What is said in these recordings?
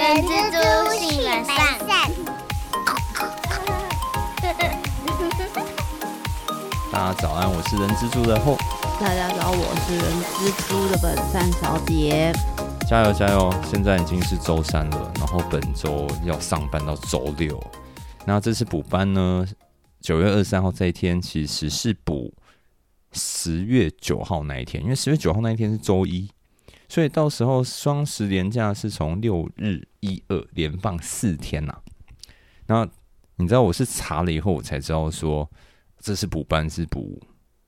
人蜘蛛性本善。 大家早安，我是人蜘蛛的后。 大家早，我是人蜘蛛的本善小姐。 加油加油！现在已经是周三了，然后本周要上班到周六。那这次补班呢？9月23号这一天其实是补10月9号那一天，因为10月9号那一天是周一，所以到时候双十连假是从6日、1、2连放4天啊。那你知道我是查了以后我才知道说，这次补班是补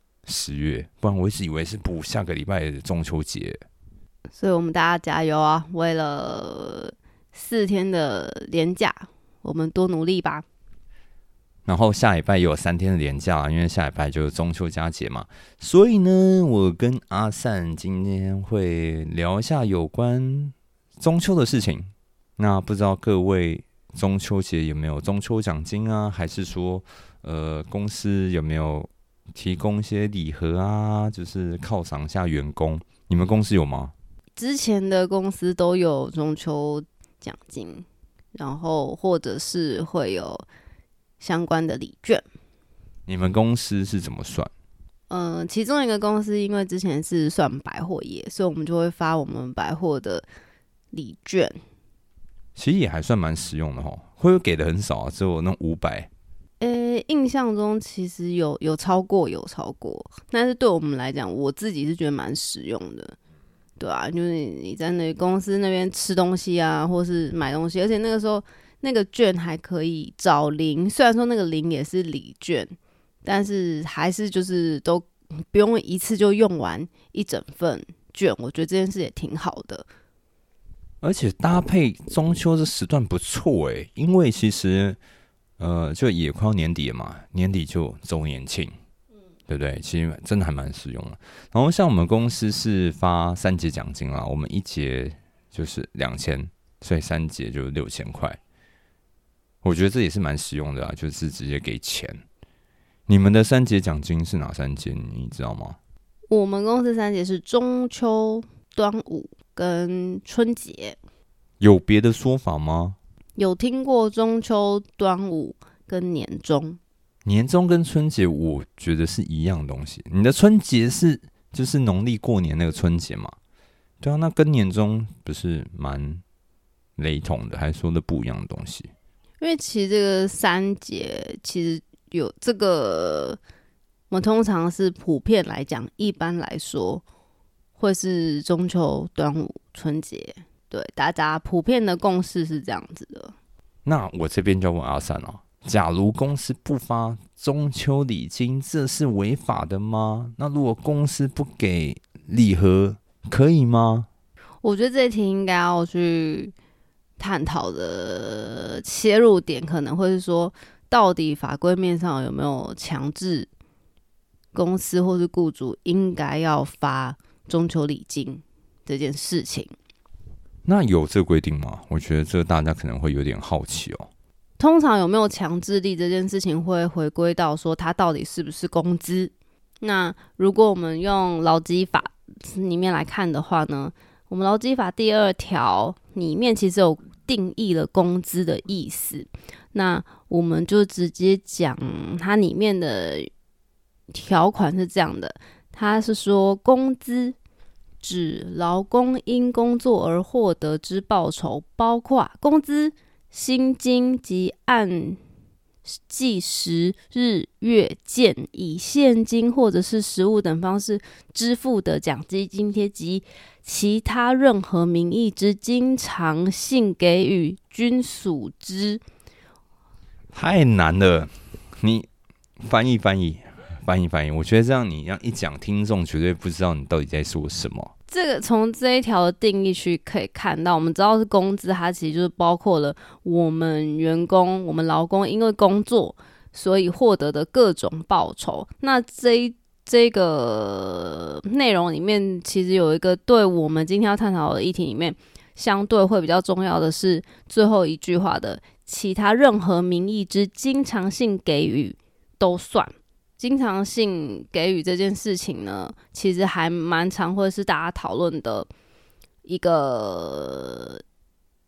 10月，不然我一直以为是补下个礼拜的中秋节。 所以我们大家加油啊！为了4天的连假，我们多努力吧。 然后下礼拜也有3天的连假，因为下礼拜就是中秋佳节嘛。所以呢，我跟阿善今天会聊一下有关中秋的事情。那不知道各位中秋节有没有中秋奖金啊？还是说，公司有没有提供一些礼盒啊？就是犒赏一下员工。你们公司有吗？ 之前的公司都有中秋奖金，然后或者是会有相关的礼券。 你们公司是怎么算？ 其中一个公司因为之前是算百货业，所以我们就会发我们百货的礼券。 其实也还算蛮实用的齁，会不会给的很少啊？只有那500。 印象中其实有超过，但是对我们来讲，我自己是觉得蛮实用的。对啊，就是你在那公司那边吃东西啊，或是买东西，而且那个时候那个券还可以找零，虽然说那个零也是礼券，但是还是就是都不用一次就用完一整份券，我觉得这件事也挺好的。 而且搭配中秋这时段不错欸，因为其实就也快要年底了嘛，年底就周年庆。对不对？其实真的还蛮实用的。然后像我们公司是发3节奖金啦，我们1节就是2000，所以3节就6000块。我觉得这也是蛮实用的啊，就是直接给钱。你们的3节奖金是哪3节？你知道吗？ 我们公司3节是中秋、端午跟春节。 有别的说法吗？ 有听过中秋、端午跟年终。 年终跟春节我觉得是一样的东西。你的春节是就是农历过年那个春节嘛？对啊，那跟年终不是蛮雷同的，还说的不一样的东西？ 因为其实这个3节其实有这个，我们通常是普遍来讲，一般来说会是中秋、端午、春节。对，大家普遍的共识是这样子的。 那我这边就问阿善哦。假如公司不发中秋礼金，这是违法的吗？那如果公司不给礼盒，可以吗？ 我觉得这一题应该要去探讨的切入点，可能会是说，到底法规面上有没有强制公司或是雇主应该要发中秋礼金这件事情。 那有这个规定吗？我觉得这大家可能会有点好奇哦。 通常有没有强制力这件事情会回归到说它到底是不是工资。那如果我们用劳基法里面来看的话呢，我们劳基法第2条里面其实有定义了工资的意思。那我们就直接讲它里面的条款是这样的，它是说工资指劳工因工作而获得之报酬，包括工资、薪金及按计时、日、月、件以现金或者是实物等方式支付的奖金、津贴及其他任何名义之经常性给予，均属之。 太难了，你翻译。我觉得这样你要一讲，听众绝对不知道你到底在说什么。 这个从这一条的定义去可以看到，我们知道是工资，它其实就是包括了我们员工、我们劳工因为工作所以获得的各种报酬。那这个内容里面，其实有一个对我们今天要探讨的议题里面相对会比较重要的是最后一句话的其他任何名义之经常性给予都算。经常性给予这件事情呢，其实还蛮常会是大家讨论的一个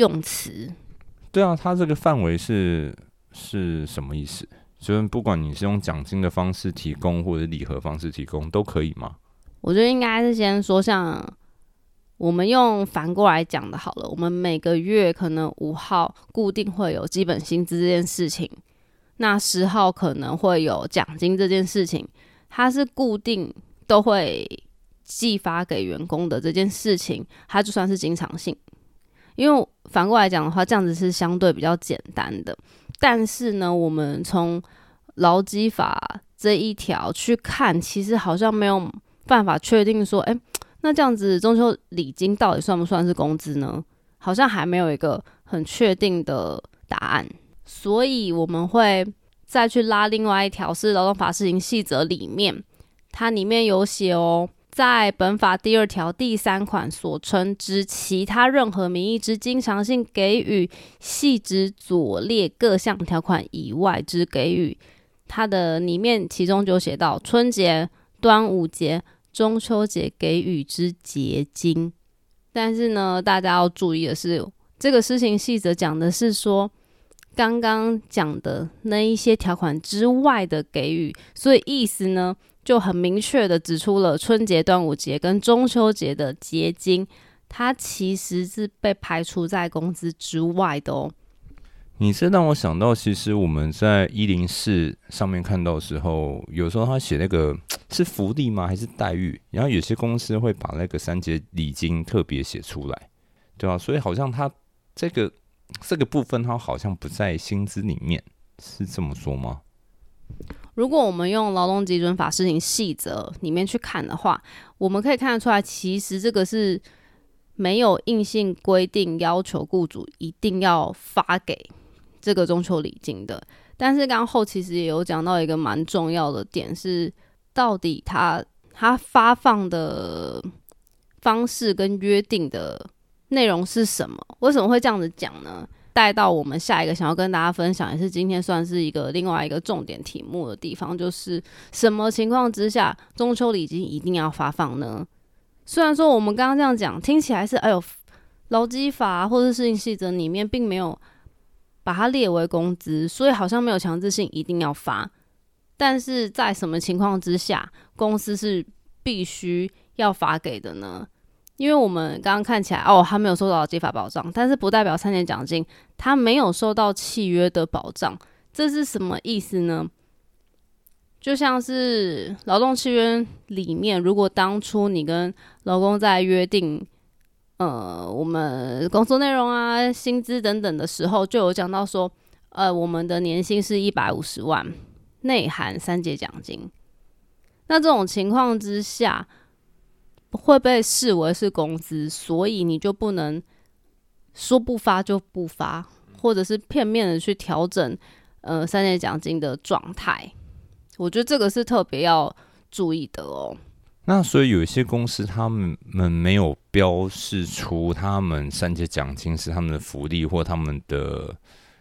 用词。 对啊，它这个范围是什么意思？就是不管你是用奖金的方式提供，或者礼盒方式提供，都可以吗？ 我觉得应该是先说，像我们用反过来讲的好了，我们每个月可能5号固定会有基本薪资这件事情，那10号可能会有奖金这件事情，它是固定都会寄发给员工的这件事情，它就算是经常性。因为反过来讲的话，这样子是相对比较简单的。但是呢，我们从劳基法这一条去看，其实好像没有办法确定说，那这样子中秋礼金到底算不算是工资呢？好像还没有一个很确定的答案。所以我们会再去拉另外一条是劳动法施行细则里面，它里面有写哦，在本法第2条第3款所称之其他任何名义之经常性给予，系之左列各项条款以外之给予，它的里面其中就写到春节、端午节、中秋节给予之节金。但是呢，大家要注意的是，这个施行细则讲的是说刚刚讲的那一些条款之外的给予，所以意思呢就很明确的指出了春节、端午节跟中秋节的节金，它其实是被排除在工资之外的哦。 你这让我想到，其实我们在104上面看到的时候，有时候他写那个是福利吗？还是待遇？然后有些公司会把那个3节礼金特别写出来，对吧？所以好像他这个部分，它好像不在薪资里面，是这么说吗？ 如果我们用劳动基准法施行细则里面去看的话，我们可以看得出来，其实这个是没有硬性规定要求雇主一定要发给这个中秋礼金的。但是刚后其实也有讲到一个蛮重要的点，是到底他发放的方式跟约定的内容是什么？为什么会这样子讲呢？带到我们下一个想要跟大家分享，也是今天算是另外一个重点题目的地方，就是什么情况之下中秋礼金一定要发放呢？虽然说我们刚刚这样讲，听起来是劳基法或者施行细则里面并没有把它列为工资，所以好像没有强制性一定要发。但是在什么情况之下，公司是必须要发给的呢？因为我们刚刚看起来他没有受到劳基法保障，但是不代表3年奖金他没有受到契约的保障。这是什么意思呢？就像是劳动契约里面，如果当初你跟劳工在约定我们工作内容啊、薪资等等的时候，就有讲到说我们的年薪是150万，内含3节奖金。那这种情况之下会被视为是工资，所以你就不能说不发就不发，或者是片面的去调整3节奖金的状态。我觉得这个是特别要注意的哦。 那所以有一些公司他们没有标示出他们3节奖金是他们的福利或他们的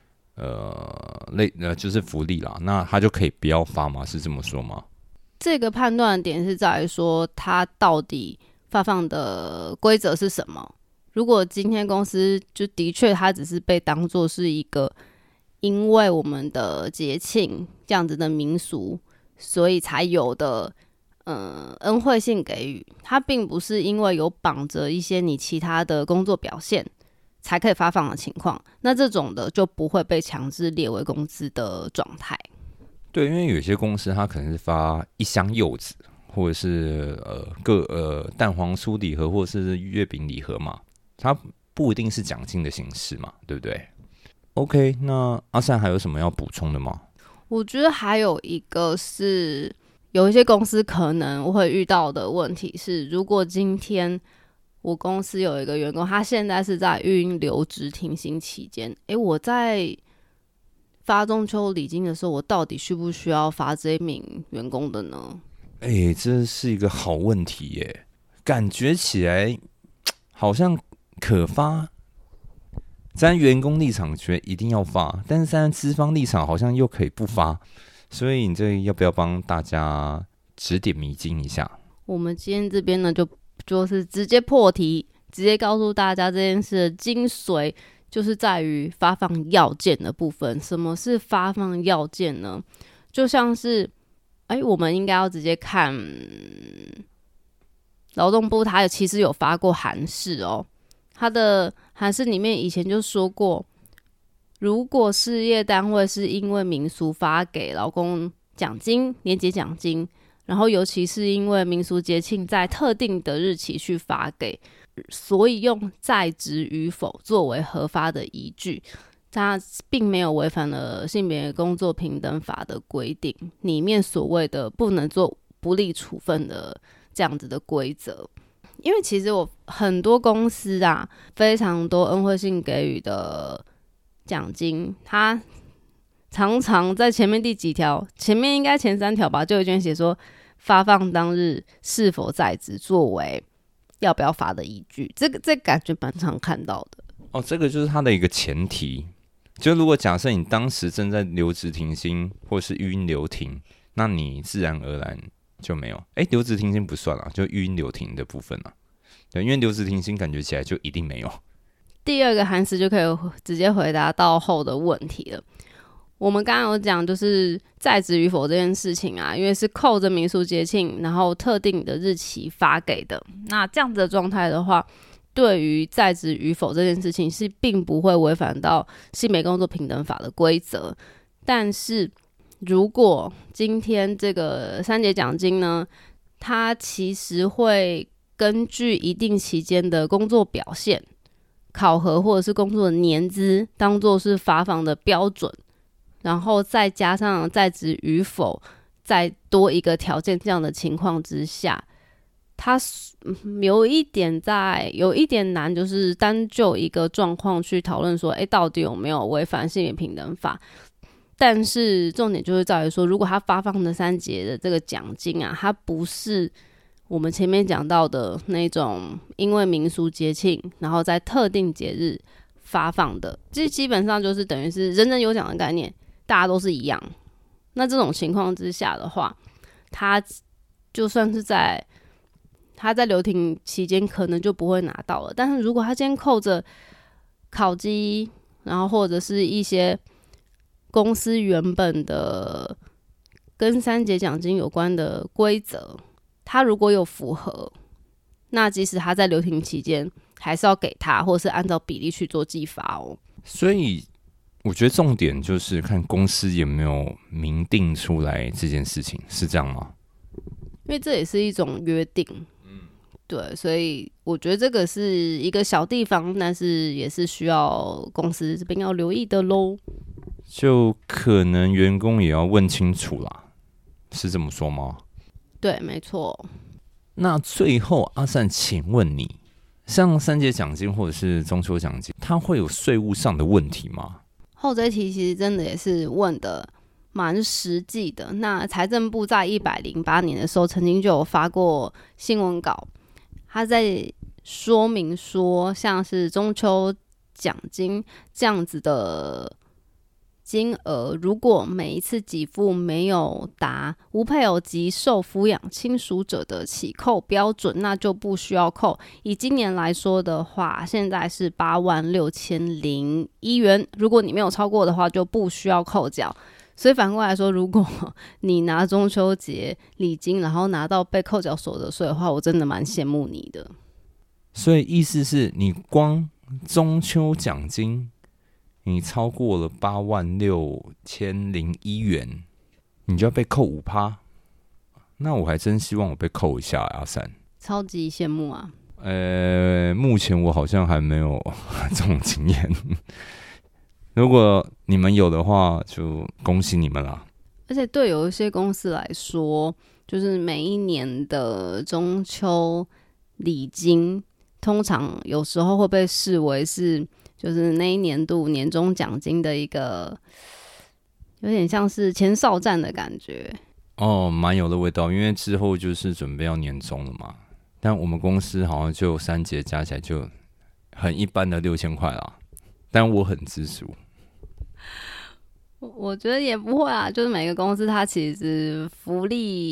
就是福利啦，那他就可以不要发吗？是这么说吗？ 这个判断的点是在于说，他到底发放的规则是什么。如果今天公司就的确它只是被当作是一个因为我们的节庆这样子的民俗，所以才有的恩惠性给予，它并不是因为有绑着一些你其他的工作表现才可以发放的情况，那这种的就不会被强制列为工资的状态。 对，因为有些公司它可能是发1箱柚子，或者是蛋黄酥礼盒，或者是月饼礼盒嘛，它不一定是奖金的形式嘛，对不对 ？OK， 那阿善还有什么要补充的吗？ 我觉得还有一个是有一些公司可能会遇到的问题是，如果今天我公司有一个员工，他现在是在育留职停薪期间，我在发中秋礼金的时候，我到底需不需要发这一名员工的呢？ 这是一个好问题耶，感觉起来好像可发，站在员工立场觉得一定要发，但是站在资方立场好像又可以不发，所以你这要不要帮大家指点迷津一下？ 我们今天这边呢，就是直接破题，直接告诉大家这件事的精髓， 就是在于发放要件的部分。什么是发放要件呢？就像是，我们应该要直接看劳动部，它其实有发过函释哦。它的函释里面以前就说过，如果事业单位是因为民俗发给劳工奖金、年节奖金，然后尤其是因为民俗节庆在特定的日期去发给，所以用在职与否作为核发的依据，它并没有违反了性别工作平等法的规定里面所谓的不能做不利处分的这样子的规则。因为其实我很多公司啊，非常多恩惠性给予的奖金，它常常在前面第几条，前面应该前3条吧，就已经写说发放当日是否在职作为要不要发的依据。这感觉蛮常看到的哦。这个就是它的一个前提，就如果假设你当时正在留职停薪或是育婴留停，那你自然而然就没有。留职停薪不算啦，就育婴留停的部分啦。对，因为留职停薪感觉起来就一定没有。 第二个函释就可以直接回答到后的问题了。我们刚刚有讲，就是在职与否这件事情啊，因为是扣着民俗节庆，然后特定的日期发给的。那这样子的状态的话，对于在职与否这件事情是并不会违反到性别工作平等法的规则。但是如果今天这个3节奖金呢，它其实会根据一定期间的工作表现、考核或者是工作的年资当作是发放的标准，然后再加上在职与否再多一个条件，这样的情况之下，它有一点难，就是单就一个状况去讨论说，到底有没有违反性别平等法。但是重点就是在于说，如果他发放的3节的这个奖金啊，它不是我们前面讲到的那种因为民俗节庆然后在特定节日发放的，基本上就是等于是人人有奖的概念，大家都是一样。那这种情况之下的话，他就算是他在留停期间可能就不会拿到了。但是如果他今天扣着考绩，然后或者是一些公司原本的跟3节奖金有关的规则，他如果有符合，那即使他在留停期间还是要给他，或者是按照比例去做计发哦。 所以我觉得重点就是看公司有没有明定出来这件事情，是这样吗？ 因为这也是一种约定，对，所以我觉得这个是一个小地方，但是也是需要公司这边要留意的咯。 就可能员工也要问清楚啦，是这么说吗？ 对，没错。 那最后阿善，请问你，像3节奖金或者是中秋奖金，它会有税务上的问题吗？ 后这一题其实真的也是问的蛮实际的。那财政部在108年的时候，曾经就有发过新闻稿，他在说明说，像是中秋奖金这样子的金额，如果每一次给付没有达无配偶及受抚养亲属者的起扣标准，那就不需要扣。以今年来说的话，现在是86001元，如果你没有超过的话，就不需要扣缴。所以反过来说，如果你拿中秋节礼金，然后拿到被扣缴所得税的话，我真的蛮羡慕你的。 所以意思是你光中秋奖金你超过了86001元，你就要被扣5%。那我还真希望我被扣一下，阿善。 超级羡慕啊！ 目前我好像还没有这种经验。如果你们有的话，就恭喜你们啦。 而且对有一些公司来说，就是每一年的中秋礼金，通常有时候会被视为是就是那一年度年终奖金的一个有点像是前哨战的感觉。 哦，蛮有的味道，因为之后就是准备要年终了嘛。但我们公司好像就3节加起来就很一般的6000块啦，但我很知足。 我觉得也不会啊，就是每个公司它其实福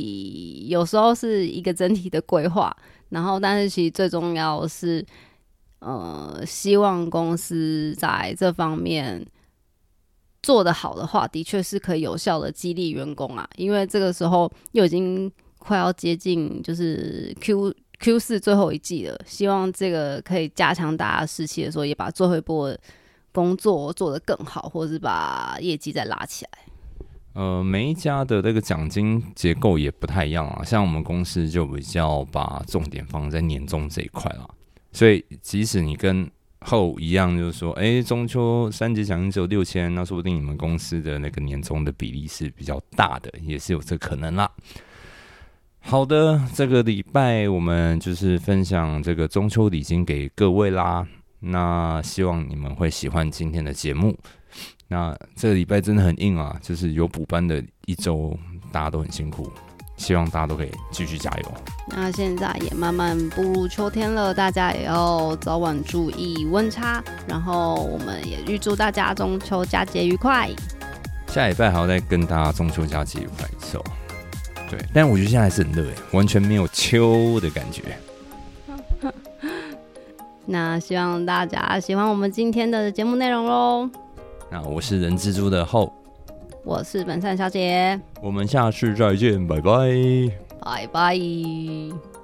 利有时候是一个整体的规划，然后但是其实最重要的是希望公司在这方面做得好的话，的确是可以有效的激励员工啊。因为这个时候又已经快要接近就是 Q4 最后一季了，希望这个可以加强大家士气的时候，也把最后一波的工作做得更好，或者是把业绩再拉起来。 每一家的这个奖金结构也不太一样啊，像我们公司就比较把重点放在年终这一块啦，所以即使你跟后一样，就是说，中秋3节奖金只有6000，那说不定你们公司的那个年终的比例是比较大的，也是有这可能啦。好的，这个礼拜我们就是分享这个中秋礼金给各位啦，那希望你们会喜欢今天的节目。那这个礼拜真的很硬啊，就是有补班的一周，大家都很辛苦，希望大家都可以继续加油。 那现在也慢慢步入秋天了，大家也要早晚注意温差，然后我们也预祝大家中秋佳节愉快。 下礼拜还要再跟大家中秋佳节愉快一次哦。对，但我觉得现在还是很热耶，完全没有秋的感觉。 那希望大家喜欢我们今天的节目内容咯。 那我是人蜘蛛的后， 我是本善小姐， 我们下次再见，拜拜， 拜拜。